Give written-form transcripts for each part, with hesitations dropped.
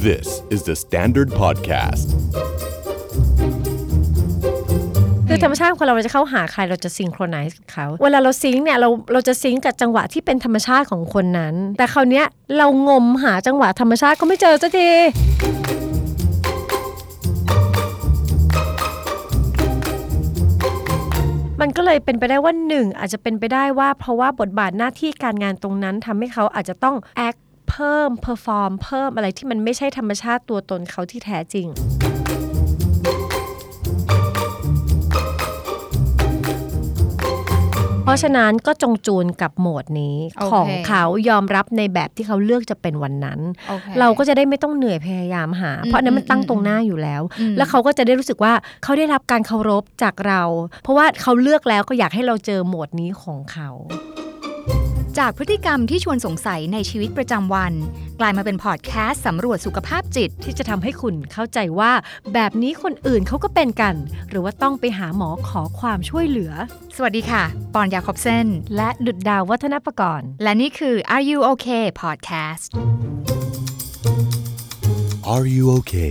This is the Standard Podcast. คือธรรมชาติคนเราจะเข้าหาใครเราจะซิงโครไนซ์กับเขาเวลาเราซิงค์เนี่ยเราจะซิงค์กับจังหวะที่เป็นธรรมชาติของคนนั้นแต่คราวเนี้ยเรางมหาจังหวะธรรมชาติก็ไม่เจอสักทีมันก็เลยเป็นไปได้ว่า1อาจจะเป็นไปได้ว่าเพราะว่าบทบาทหน้าที่การงานตรงนั้นทำให้เขาอาจจะต้องแอคเพิ่มเพอร์ฟอร์มเพิ่มอะไรที่มันไม่ใช่ธรรมชาติตัวตนเขาที่แท้จริงเพราะฉะนั้นก็จงจูนกับโหมดนี้ของเขายอมรับในแบบที่เขาเลือกจะเป็นวันนั้นเราก็จะได้ไม่ต้องเหนื่อยพยายามหาเพราะนั้นมันตั้งตรงหน้าอยู่แล้วแล้วเขาก็จะได้รู้สึกว่าเขาได้รับการเคารพจากเราเพราะว่าเขาเลือกแล้วก็อยากให้เราเจอโหมดนี้ของเขาจากพฤติกรรมที่ชวนสงสัยในชีวิตประจำวันกลายมาเป็นพอดแคสต์สำรวจสุขภาพจิตที่จะทำให้คุณเข้าใจว่าแบบนี้คนอื่นเขาก็เป็นกันหรือว่าต้องไปหาหมอขอความช่วยเหลือสวัสดีค่ะปอนยาคอบเซนและดุจดาววัฒนประกรณ์และนี่คือ Are You Okay Podcast Are You Okay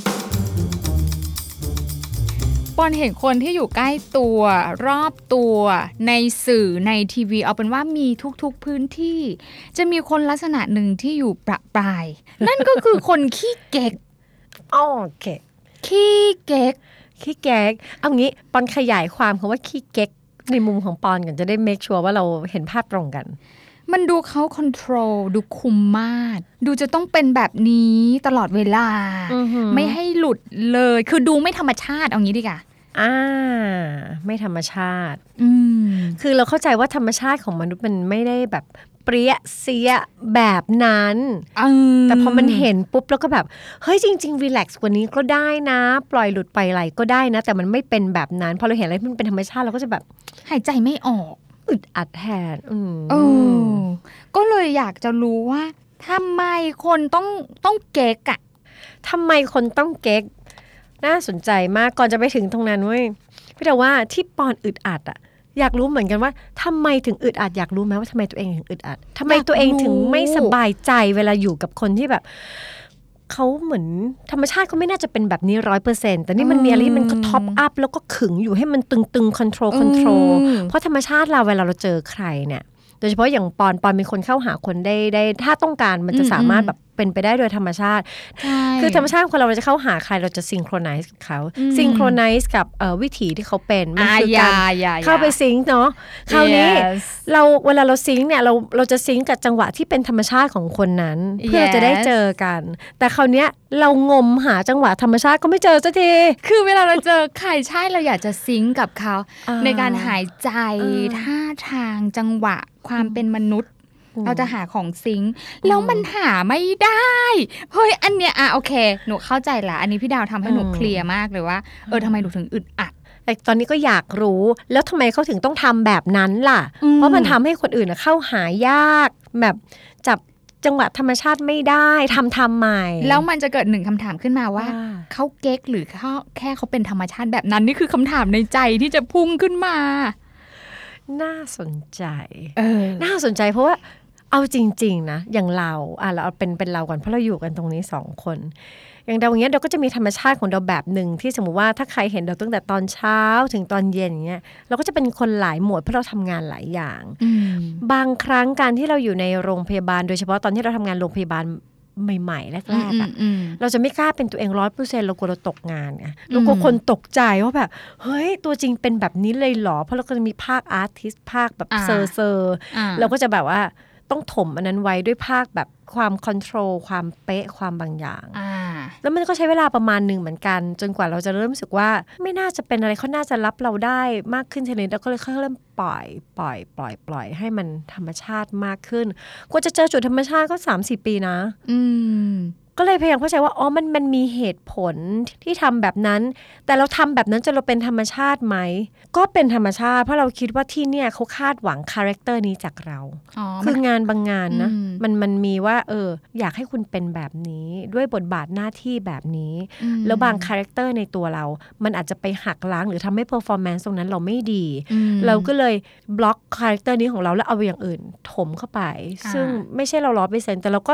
ปอนเห็นคนที่อยู่ใกล้ตัวรอบตัวในสื่อในทีวีเอาเป็นว่ามีทุกๆพื้นที่จะมีคนลักษณะหนึ่งที่อยู่ประปรายนั่นก็คือคนขี้เก๊กโอเคขี้เก๊กเอางี้ปอนขยายความคำว่าขี้เก๊กในมุมของปอนก่อนจะได้เมคชัวร์ว่าเราเห็นภาพตรงกันมันดูเขาคอนโทรลดูคุมมาดดูจะต้องเป็นแบบนี้ตลอดเวลาไม่ให้หลุดเลยคือดูไม่ธรรมชาติเอางี้ดีกว่าไม่ธรรมชาติคือเราเข้าใจว่าธรรมชาติของมนุษย์มันไม่ได้แบบเปรี้ยเสียแบบนั้นแต่พอมันเห็นปุ๊บแล้วก็แบบเฮ้ยจริงๆรีแลกซ์กว่านี้ก็ได้นะปล่อยหลุดไปไหลก็ได้นะแต่มันไม่เป็นแบบนั้นพอเราเห็นอะไรที่มันเป็นธรรมชาติเราก็จะแบบหายใจไม่ออกอึดอัดแทนก็เลยอยากจะรู้ว่าทำไมคนต้องเก๊กอะทำไมคนต้องเก๊กน่าสนใจมากก่อนจะไปถึงตรงนั้นเว้ยพี่แต่ว่าที่ปอนอึดอัดอะอยากรู้เหมือนกันว่าทำไมถึงอึดอัดอยากรู้ไหมว่าทำไมตัวเองถึงอึดอัดทำไมตัวเองถึงไม่สบายใจเวลาอยู่กับคนที่แบบเขาเหมือนธรรมชาติเขาไม่น่าจะเป็นแบบนี้ 100% แต่นี่มันมีอะไรที่มันก็ท็อปอัพแล้วก็ขึงอยู่ให้มันตึงๆคอนโทรลเพราะธรรมชาติเราเวลาเราเจอใครเนี่ยโดยเฉพาะอย่างปอนเป็นคนเข้าหาคนได้ถ้าต้องการมันจะสามารถแบบเป็นไปได้โดยธรรมชาติคือธรรมชาติคนเราจะเข้าหาใครเราจะซิงโครไนซ์กับเขาซิงโครไนซ์กับวิถีที่เขาเป็นมันคือการเข้าไปซิงค์เนาะคราวนี้เวลาเราซิงค์เนี่ยเราจะซิงค์กับจังหวะที่เป็นธรรมชาติของคนนั้นเพื่อจะได้เจอกันแต่คราวนี้เรางมหาจังหวะธรรมชาติก็ไม่เจอสักทีคือเวลาเราเจอใครใช่เราอยากจะซิงค์กับเขาในการหายใจท่าทางจังหวะความเป็นมนุษย์เราจะหาของซิงค์แล้วมันหาไม่ได้เฮ้ยอันเนี้ยโอเคหนูเข้าใจละอันนี้พี่ดาวทำให้หนูเคลียร์มากเลยว่าทำไมหนูถึงอึดอัดแต่ตอนนี้ก็อยากรู้แล้วทำไมเขาถึงต้องทำแบบนั้นล่ะเพราะมันทำให้คนอื่นเข้าหายากแบบจับจังหวะธรรมชาติไม่ได้ทำใหม่แล้วมันจะเกิดหนึ่งคำถามขึ้นมาว่าเขาเก๊กหรือแค่เขาเป็นธรรมชาติแบบนั้นนี่คือคำถามในใจที่จะพุ่งขึ้นมาน่าสนใจน่าสนใจเพราะว่าเอาจริงๆนะอย่างเราเป็นเราก่อนเพราะเราอยู่กันตรงนี้2คนอย่างเราอย่างเงี้ยเราก็จะมีธรรมชาติของเราแบบหนึ่งที่สมมุติว่าถ้าใครเห็นเราตั้งแต่ตอนเช้าถึงตอนเย็นอย่างเงี้ยเราก็จะเป็นคนหลายโหมดเพราะเราทำงานหลายอย่างบางครั้งการที่เราอยู่ในโรงพยาบาลโดยเฉพาะตอนที่เราทำงานโรงพยาบาลใหม่ๆแรกๆเราจะไม่กล้าเป็นตัวเอง 100% เรากลัวเราตกงานไงเรากลัวคนตกใจว่าแบบเฮ้ยตัวจริงเป็นแบบนี้เลยเหรอเพราะเราก็จะมีภาคอาร์ติสต์ภาคแบบเซอร์เราก็จะแบบว่าต้องถมอันนั้นไว้ด้วยภาคแบบความคอนโทรลความเป๊ะความบางอย่างแล้วมันก็ใช้เวลาประมาณหนึ่งเหมือนกันจนกว่าเราจะเริ่มรู้สึกว่าไม่น่าจะเป็นอะไรเขาน่าจะรับเราได้มากขึ้นทีนี้เราก็เลยเริ่มปล่อยให้มันธรรมชาติมากขึ้นกว่าจะเจอจุดธรรมชาติก็ 3-4 ปีนะก็เลยพยายามเข้าใจว่ามันมีเหตุผลที่ทำแบบนั้นแต่เราทำแบบนั้นจนเราเป็นธรรมชาติไหมก็เป็นธรรมชาติเพราะเราคิดว่าที่เนี่ยเขาคาดหวังคาแรคเตอร์นี้จากเราคืองานบางงานนะมันมีว่าอยากให้คุณเป็นแบบนี้ด้วยบทบาทหน้าที่แบบนี้แล้วบางคาแรคเตอร์ในตัวเรามันอาจจะไปหักล้างหรือทำให้เพอร์ฟอร์แมนซ์ตรงนั้นเราไม่ดีเราก็เลยบล็อกคาแรคเตอร์นี้ของเราแล้วเอาอย่างอื่นถมเข้าไปซึ่งไม่ใช่เรา 100% แต่เราก็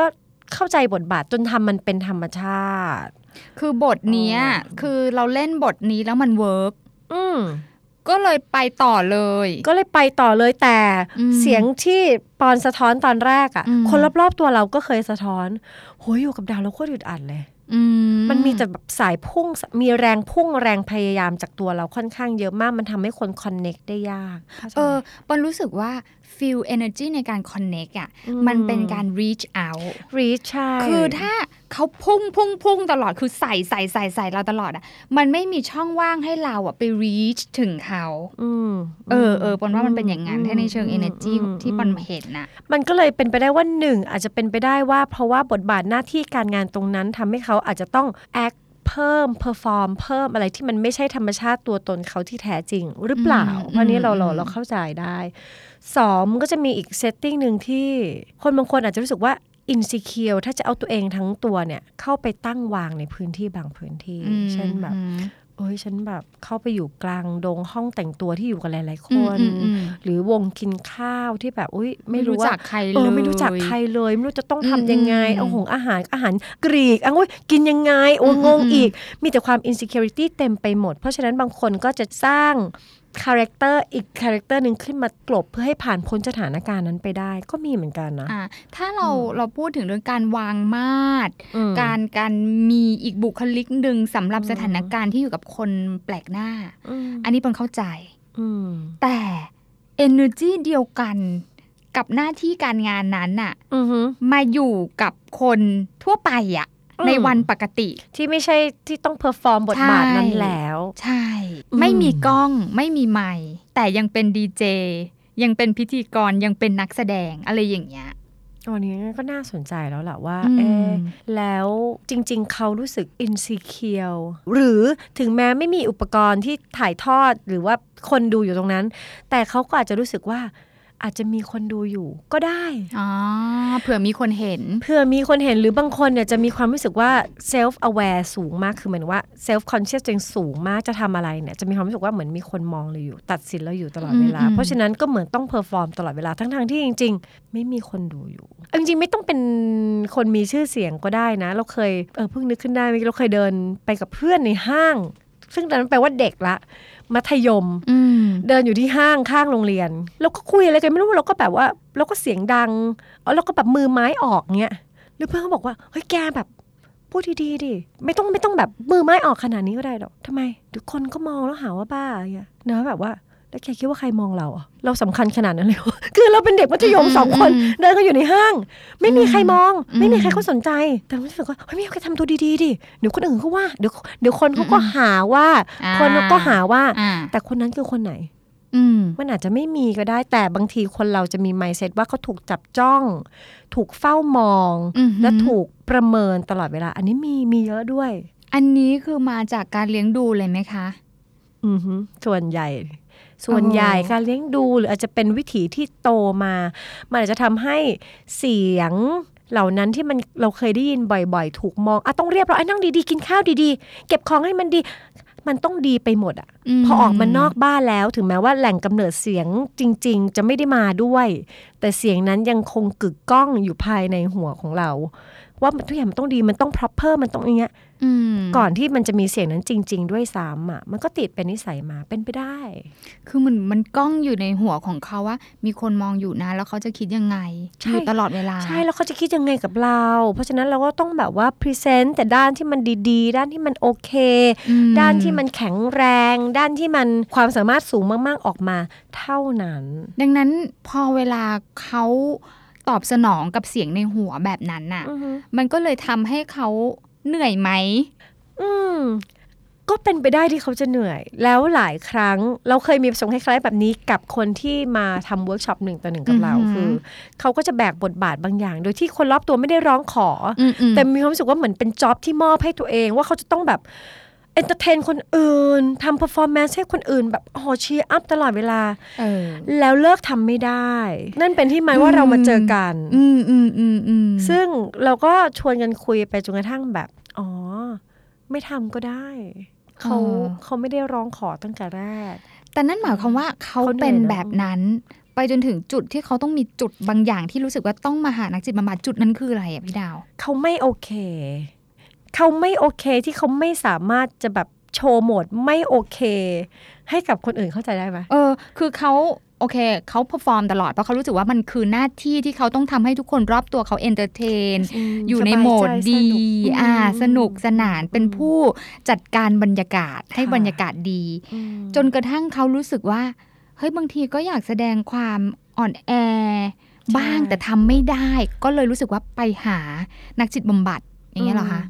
เข้าใจบทบาทจนทำมันเป็นธรรมชาติคือบทเนี้ยคือเราเล่นบทนี้แล้วมันเวิร์กก็เลยไปต่อเลยแต่เสียงที่ปอนสะท้อนตอนแรกคนรอบๆตัวเราก็เคยสะท้อนโหอยู่กับดาวแล้วโคตรอึดอัดเลยมันมีแต่แบบสายพุ่งมีแรงพุ่งแรงพยายามจากตัวเราค่อนข้างเยอะมากมันทำให้คนคอนเนคได้ยากปอนรู้สึกว่า feel energy ในการ connect มันเป็นการ reach out ใช่คือถ้าเขาพุ่งตลอดคือใส่เราตลอดมันไม่มีช่องว่างให้เราไป reach ถึงเขาปอนว่ามันเป็นอย่างนั้นถ้าในเชิง energy ที่ปอนเห็นมันก็เลยเป็นไปได้ว่า1อาจจะเป็นไปได้ว่าเพราะว่าบทบาทหน้าที่การงานตรงนั้นทำให้เขาอาจจะต้อง actเพิ่ม perform เพิ่มอะไรที่มันไม่ใช่ธรรมชาติตัวตนเขาที่แท้จริงหรือเปล่าเพราะนี้เราเข้าใจได้2ก็จะมีอีกเซตติ้งนึงที่คนบางคนอาจจะรู้สึกว่า insecure ถ้าจะเอาตัวเองทั้งตัวเนี่ยเข้าไปตั้งวางในพื้นที่บางพื้นที่เช่นแบบฉันแบบเข้าไปอยู่กลางดงห้องแต่งตัวที่อยู่กันหลายๆคนหรือวงกินข้าวที่แบบไม่รู้จักใครเลยไม่รู้จักใครเลยไม่รู้จะต้องทำยังไงเอาอาหารกรีกกินยังไงงงอีกมีแต่ความ insecurity เต็มไปหมดเพราะฉะนั้นบางคนก็จะสร้างคาแรคเตอร์อีกคาแรคเตอร์นึงขึ้นมากลบเพื่อให้ผ่านพ้นสถานการณ์นั้นไปได้ก็มีเหมือนกันนะถ้าเราพูดถึงเรื่องการวางมาตรการมีอีกบุคลิกนึงสำหรับสถานการณ์ที่อยู่กับคนแปลกหน้าอันนี้ปอนเข้าใจแต่ energy เดียวกันกับหน้าที่การงานนั้นมาอยู่กับคนทั่วไปในวันปกติที่ไม่ใช่ที่ต้องเพอร์ฟอร์มบทบาทนั้นแล้วใช่ไม่มีกล้องไม่มีไมค์แต่ยังเป็นดีเจยังเป็นพิธีกรยังเป็นนักแสดงอะไรอย่างเงี้ยอันนี้ก็น่าสนใจแล้วแหละว่าแล้วจริงๆเขารู้สึก insecure หรือถึงแม้ไม่มีอุปกรณ์ที่ถ่ายทอดหรือว่าคนดูอยู่ตรงนั้นแต่เขาก็อาจจะรู้สึกว่าอาจจะมีคนดูอยู่ก็ได้เผื่อมีคนเห็นหรือบางคนเนี่ยจะมีความรู้สึกว่า self aware สูงมากคือเหมือนว่า self conscious ตัวเองสูงมากจะทำอะไรเนี่ยจะมีความรู้สึกว่าเหมือนมีคนมองเราอยู่ตัดสินเราอยู่ตลอดเวลาเพราะฉะนั้นก็เหมือนต้อง perform ตลอดเวลาทั้งที่จริงๆไม่มีคนดูอยู่จริงๆไม่ต้องเป็นคนมีชื่อเสียงก็ได้นะเราเคยเพิ่งนึกขึ้นได้เราเคยเดินไปกับเพื่อนในห้างซึ่งตอนนั้นแปลว่าเด็กละมัธยมเดินอยู่ที่ห้างข้างโรงเรียนแล้วก็คุยอะไรกันไม่รู้เราก็แบบว่าเราก็เสียงดังเราก็แบบมือไม้ออกเงี้ยหรือเพื่อนเขาบอกว่าเฮ้ยแกแบบพูดดีๆดิไม่ต้องแบบมือไม้ออกขนาดนี้ก็ได้หรอกทำไมทุกคนก็มองแล้วหาว่าบ้าอย่างเงี้ยเนอะแบบว่าแล้วแกคิดว่าใครมองเราเราสำคัญขนาดนั้นเลยคือเราเป็นเด็กมัธยม2 คนเดินกันอยู่ในห้างไม่มีใครมองไม่มีใครเขาสนใจแต่รู้สึกว่าเฮ้ยไม่เอาใครทำตัวดีๆดิเดี๋ยวคนอื่นเขาว่าเดี๋ยวคนเขาก็หาว่าคนก็หาว่าแต่คนนั้นคือคนไหนมันอาจจะไม่มีก็ได้แต่บางทีคนเราจะมี mindset ว่าเขาถูกจับจ้องถูกเฝ้ามองและถูกประเมินตลอดเวลาอันนี้มีเยอะด้วยอันนี้คือมาจากการเลี้ยงดูเลยไหมคะส่วนใหญ่การเลี้ยงดูหรืออาจจะเป็นวิถีที่โตมามันอาจจะทำให้เสียงเหล่านั้นที่เราเคยได้ยินบ่อยๆถูกมองต้องเรียบร้อยนั่งดีๆกินข้าวดีๆเก็บของให้มันดีมันต้องดีไปหมดพอออกมานอกบ้านแล้วถึงแม้ว่าแหล่งกำเนิดเสียงจริงๆจะไม่ได้มาด้วยแต่เสียงนั้นยังคงกึกก้องอยู่ภายในหัวของเราว่าทุกอย่างมันต้องดีมันต้อง proper มันต้องอย่างเงี้ยก่อนที่มันจะมีเสียงนั้นจริงๆด้วยซ้ำมันก็ติดเป็นนิสัยมาเป็นไปได้คือมันก้องอยู่ในหัวของเขาว่ามีคนมองอยู่นะแล้วเขาจะคิดยังไงอยู่ตลอดเวลาใช่แล้วเขาจะคิดยังไงกับเราเพราะฉะนั้นเราก็ต้องแบบว่าพรีเซนต์แต่ด้านที่มันดีๆด้านที่มันโอเคด้านที่มันแข็งแรงด้านที่มันความสามารถสูงมากๆออกมาเท่านั้นดังนั้นพอเวลาเขาตอบสนองกับเสียงในหัวแบบนั้นน่ะมันก็เลยทำให้เขาเหนื่อยไหมก็เป็นไปได้ที่เขาจะเหนื่อยแล้วหลายครั้งเราเคยมีประสบการณ์คล้ายๆแบบนี้กับคนที่มาทำเวิร์กช็อป1 ต่อ 1กับเราคือเขาก็จะแบกบทบาทบางอย่างโดยที่คนรอบตัวไม่ได้ร้องขอแต่มีความรู้สึกว่าเหมือนเป็นจ็อบที่มอบให้ตัวเองว่าเขาจะต้องแบบเอนเตอร์เทนคนอื่นทำเพอร์ฟอร์แมนซ์ให้คนอื่นแบบเชียร์อัพตลอดเวลาแล้วเลิกทำไม่ได้นั่นเป็นที่หมายว่าเรามาเจอกันซึ่งเราก็ชวนกันคุยไปจนกระทั่งแบบไม่ทำก็ได้เขาไม่ได้ร้องขอตั้งแต่แรกแต่นั่นหมายความว่าเขาเป็นแบบนั้นไปจนถึงจุดที่เขาต้องมีจุดบางอย่างที่รู้สึกว่าต้องมาหานักจิตบำบัดจุดนั้นคืออะไรอ่ะพี่ดาวเขาไม่โอเคที่เขาไม่สามารถจะแบบโชว์โหมดไม่โอเคให้กับคนอื่นเข้าใจได้ไหมคือเขาโอเคเขาเพอร์ฟอร์มตลอดเพราะเขารู้สึกว่ามันคือหน้าที่ที่เขาต้องทำให้ทุกคนรอบตัวเขาเอนเตอร์เทนอยู่ในโหมดดีสนุกสนานเป็นผู้จัดการบรรยากาศให้บรรยากาศดีจนกระทั่งเขารู้สึกว่าเฮ้ยบางทีก็อยากแสดงความอ่อนแอบ้างแต่ทำไม่ได้ก็เลยรู้สึกว่าไปหานักจิตบำบัดอย่างเงี้ยเหรอคะ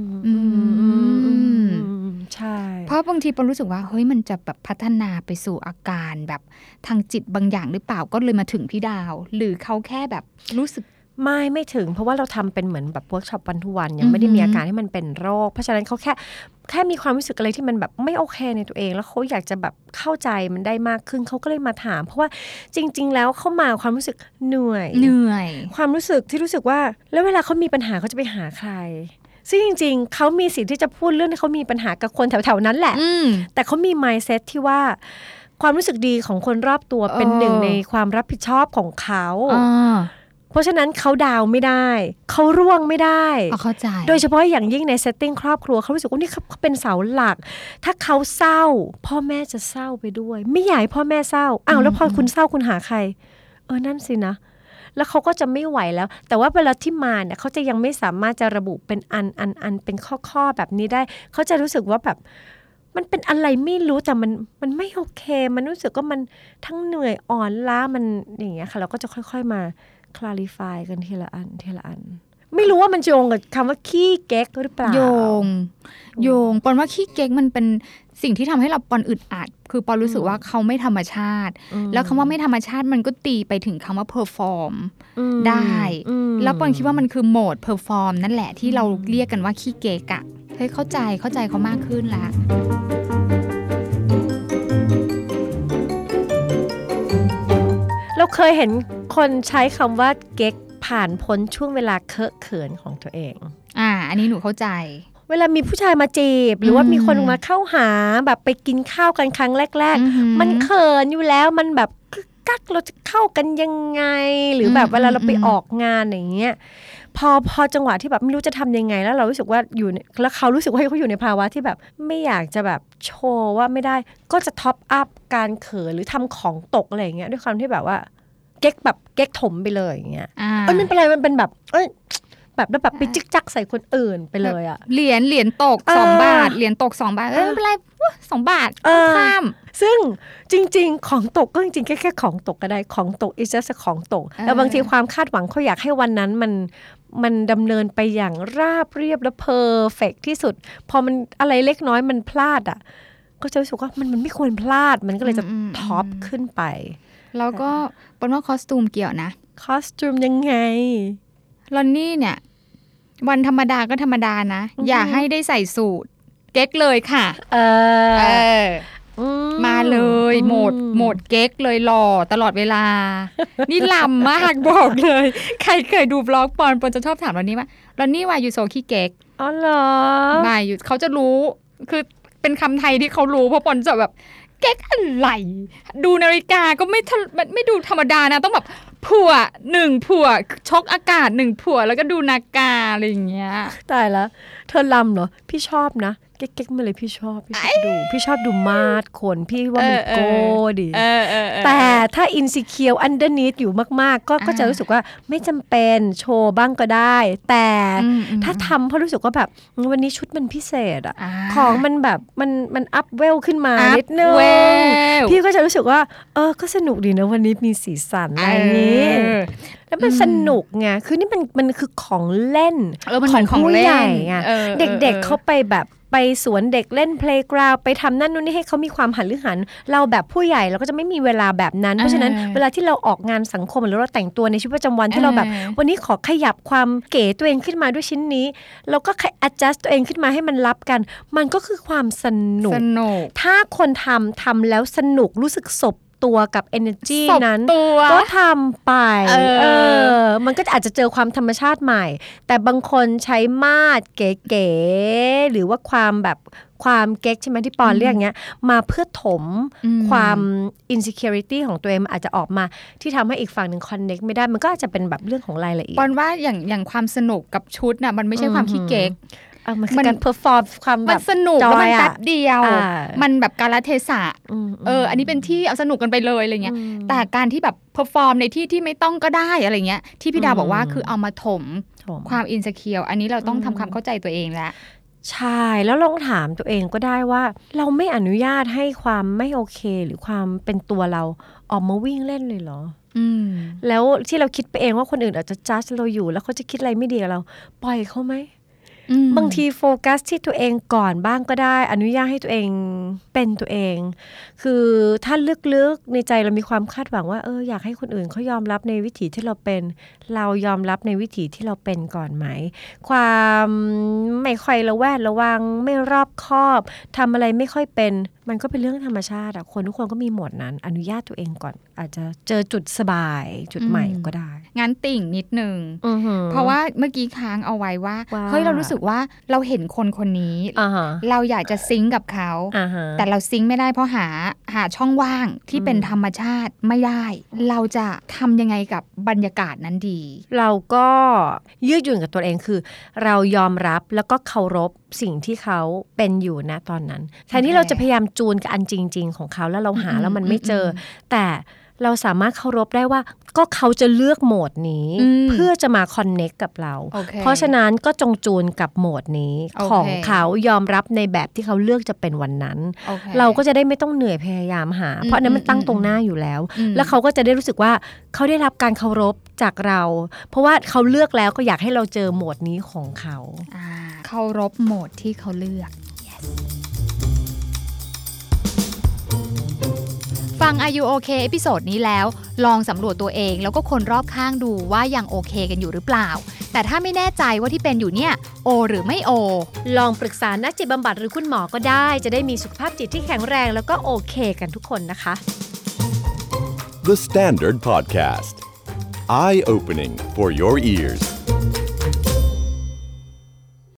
ใช่เพราะบางทีปอนรู้สึกว่าเฮ้ยมันจะแบบพัฒนาไปสู่อาการแบบทางจิตบางอย่างหรือเปล่าก็เลยมาถึงพี่ดาวหรือเขาแค่แบบรู้สึกไม่ถึงเพราะว่าเราทำเป็นเหมือนแบบเวิร์กช็อปวันทุกวันยังไม่ได้มีอาการที่มันเป็นโรคเพราะฉะนั้นเขาแค่มีความรู้สึกอะไรที่มันแบบไม่โอเคในตัวเองแล้วเขาอยากจะแบบเข้าใจมันได้มากขึ้นเขาก็เลยมาถามเพราะว่าจริงๆแล้วเขามาความรู้สึกเหนื่อยความรู้สึกที่รู้สึกว่าแล้วเวลาเขามีปัญหาเขาจะไปหาใครซึ่งจริงๆเขามีสิทธิ์ที่จะพูดเรื่องที่เขามีปัญหากับคนแถวๆนั้นแหละแต่เขามี mindset ที่ว่าความรู้สึกดีของคนรอบตัวเป็นหนึ่งในความรับผิดชอบของเขาเพราะฉะนั้นเขาดาวไม่ได้เขาร่วงไม่ได้เข้าใจโดยเฉพาะอย่างยิ่งในเซตติ้งครอบครัวเขารู้สึกว่านี่เขาเป็นเสาหลักถ้าเขาเศร้าพ่อแม่จะเศร้าไปด้วยไม่อยากให้พ่อแม่เศร้าแล้วพอคุณเศร้าคุณหาใครนั่นสินะแล้วเขาก็จะไม่ไหวแล้วแต่ว่าเวลาที่มาเนี่ยเขาจะยังไม่สามารถจะระบุเป็นอันเป็นข้อแบบนี้ได้เขาจะรู้สึกว่าแบบมันเป็นอะไรไม่รู้แต่มันไม่โอเคมันรู้สึกว่ามันทั้งเหนื่อยอ่อนล้ามันอย่างเงี้ยค่ะเราก็จะค่อยๆมาclarify กันทีละอันไม่รู้ว่ามันโยงกับคำว่าขี้เก๊กหรือเปล่าโยงปอนว่าขี้เก๊กมันเป็นสิ่งที่ทำให้เราปอนอึดอัดคือปอนรู้สึกว่าเขาไม่ธรรมชาติแล้วคำว่าไม่ธรรมชาติมันก็ตีไปถึงคำว่า perform ได้แล้วปอนคิดว่ามันคือโหมด perform นั่นแหละที่เราเรียกกันว่าขี้เก๊กอะเฮ้ยเข้าใจเขามากขึ้นละเราเคยเห็นคนใช้คำว่าเก๊กผ่านพ้นช่วงเวลาเคอะเขินของตัวเองอันนี้หนูเข้าใจเวลามีผู้ชายมาจีบหรือว่ามีคนมาเข้าหาแบบไปกินข้าวกันครั้งแรกๆมันเขินอยู่แล้วมันแบบกักเราจะเข้ากันยังไงหรือแบบเวลาเราไปออกงานอย่างเงี้ยพอจังหวะที่แบบไม่รู้จะทำยังไงแล้วเรารู้สึกว่าอยู่แล้วเขารู้สึกว่าเขาอยู่ในภาวะที่แบบไม่อยากจะแบบโชว์ว่าไม่ได้ก็จะท็อปอัพการเขินหรือทำของตกอะไรอย่างเงี้ยด้วยความที่แบบว่าเก๊กถมไปเลยอย่างเงี้ยมันเป็นอะไรมันเป็นแบบแบบแล้วแบบไปจิกจักใส่คนอื่นไปเลยอะเหรียญตก2 บาทเหรียญตก2 บาทไม่เป็นไร2 บาทข้ามซึ่งจริงๆของตกก็จริงๆแค่ของตกก็ได้ของตก is just ของตกแล้วบางทีความคาดหวังเขาอยากให้วันนั้นมันดำเนินไปอย่างราบเรียบและเพอร์เฟกต์ที่สุดพอมันอะไรเล็กน้อยมันพลาดอ่ะก็จะรู้สึกว่ามันไม่ควรพลาดมันก็เลยจะท็อปขึ้นไปแล้วก็ปนว่าคอสตูมเกี่ยวนะคอสตูมยังไงลอนนี่เนี่ยวันธรรมดาก็ธรรมดานะอย่าให้ได้ใส่สูทเก๊กเลยค่ะมาเลยโหมดเก๊กเลยหล่อตลอดเวลานี่ลำมากบอกเลยใครเคยดูบล็อกปอนจะชอบถามลอนนี่ว่าลอนนี่วายยูโซขี้เก๊กอ๋อเหรอมาอยู่เขาจะรู้คือเป็นคำไทยที่เขารู้เพราะปอนจะแบบเก๊กอะไรดูนาฬิกาก็ไม่ดูธรรมดานะต้องแบบผัว1ผัวช็อกอากาศ1ผัวแล้วก็ดูนาฬิกาอะไรอย่างเงี้ยตายแล้วเธอลำเหรอพี่ชอบนะเก๊กๆมาเลยพี่ชอบดูมาดคนพี่ว่ามันโก้ดิแต่ถ้า insecure underneath อยู่มากๆก็จะรู้สึกว่าไม่จำเป็นโชว์บ้างก็ได้แต่ถ้าทำเพราะรู้สึกว่าแบบวันนี้ชุดมันพิเศษอะของมันแบบมันอัพเวลขึ้นมานิดนึงพี่ก็จะรู้สึกว่าก็สนุกดีนะวันนี้มีสีสันอะไรนี้แล้วมันสนุกไงคือนี่มันคือของเล่นของผู้ใหญ่ไงเด็กๆเขาไปแบบไปสวนเด็กเล่นเพลย์กราวด์ไปทำนั่นนู่นนี่ให้เขามีความหันหรือหันเราแบบผู้ใหญ่เราก็จะไม่มีเวลาแบบนั้นเพราะฉะนั้นเวลาที่เราออกงานสังคมหรือเราแต่งตัวในชีวิตประจำวันที่เราแบบวันนี้ขอขยับความเก๋ตัวเองขึ้นมาด้วยชิ้นนี้เราก็ adjust ตัวเองขึ้นมาให้มันรับกันมันก็คือความสนุกถ้าคนทำแล้วสนุกรู้สึกสบตัวกับ energy นั้นตัวก็ทำไปมันก็อาจจะเจอความธรรมชาติใหม่แต่บางคนใช้มาดเก๋ๆหรือว่าความแบบความเก๊กใช่ไหมที่ปอนเรียกอย่างเงี้ยมาเพื่อถมความ insecurity ของตัวเองอาจจะออกมาที่ทำให้อีกฝั่งหนึ่ง connect ไม่ได้มันก็อาจจะเป็นแบบเรื่องของรายละเอียดปอนว่าอย่างความสนุกกับชุดน่ะมันไม่ใช่ความขี้เก๊กมันคือการเพอร์ฟอร์มความแบบมันสนุกแล้วมันแป๊บเดียวมันแบบกาลเทศะอันนี้เป็นที่เอาสนุกกันไปเลยอะไรเงี้ยแต่การที่แบบเพอร์ฟอร์มในที่ที่ไม่ต้องก็ได้อะไรเงี้ยที่พี่ดาบอกว่าคือเอามาถมความอินสิเคียวอันนี้เราต้องทำความเข้าใจตัวเองแล้วใช่แล้วลองถามตัวเองก็ได้ว่าเราไม่อนุญาตให้ความไม่โอเคหรือความเป็นตัวเราออกมาวิ่งเล่นเลยเหรอแล้วที่เราคิดไปเองว่าคนอื่นอาจจะจัดเราอยู่แล้วเขาจะคิดอะไรไม่ดีกับเราปล่อยเขาไหมบางทีโฟกัสที่ตัวเองก่อนบ้างก็ได้อนุญาตให้ตัวเองเป็นตัวเองคือถ้าลึกๆในใจเรามีความคาดหวังว่าอยากให้คนอื่นเขายอมรับในวิถีที่เราเป็นเรายอมรับในวิถีที่เราเป็นก่อนไหมความไม่ค่อยระแวดระวังไม่รอบคอบทำอะไรไม่ค่อยเป็นมันก็เป็นเรื่องธรรมชาติคนทุกคนก็มีโหมดนั้นอนุญาตตัวเองก่อนอาจจะเจอจุดสบายจุดใหม่ก็ได้งั้นติ่งนิดนึงเพราะว่าเมื่อกี้ค้างเอาไว้ว่าเฮ้ยเรารู้สึกว่าเราเห็นคนนี้เราอยากจะซิงค์กับเขาแต่เราซิงค์ไม่ได้เพราะหาช่องว่างที่เป็นธรรมชาติไม่ได้เราจะทำยังไงกับบรรยากาศนั้นดีเราก็ยืดหยุ่นกับตัวเองคือเรายอมรับแล้วก็เคารพสิ่งที่เขาเป็นอยู่นะตอนนั้นแทนที่เราจะพยายามจูนกับอันจริงๆของเขาแล้วเราหาแล้วมันไม่เจอแต่เราสามารถเคารพได้ว่าก็เขาจะเลือกโหมดนี้เพื่อจะมาคอนเนคกับเราเพราะฉะนั้นก็จงจูนกับโหมดนี้ของเขายอมรับในแบบที่เขาเลือกจะเป็นวันนั้นเราก็จะได้ไม่ต้องเหนื่อยพยายามหาเพราะนั้นมันตั้งตรงหน้าอยู่แล้วแล้วเขาก็จะได้รู้สึกว่าเขาได้รับการเคารพจากเราเพราะว่าเขาเลือกแล้วก็อยากให้เราเจอโหมดนี้ของเขาเคารพโหมดที่เขาเลือก ฟัง Are You OK เอพิโซดนี้แล้วลองสำรวจตัวเองแล้วก็คนรอบข้างดูว่ายังโอเคกันอยู่หรือเปล่าแต่ถ้าไม่แน่ใจว่าที่เป็นอยู่เนี่ยโอหรือไม่โอลองปรึกษานักจิตบำบัดหรือคุณหมอก็ได้จะได้มีสุขภาพจิตที่แข็งแรงแล้วก็โอเคกันทุกคนนะคะ The Standard Podcast Eye Opening for Your Ears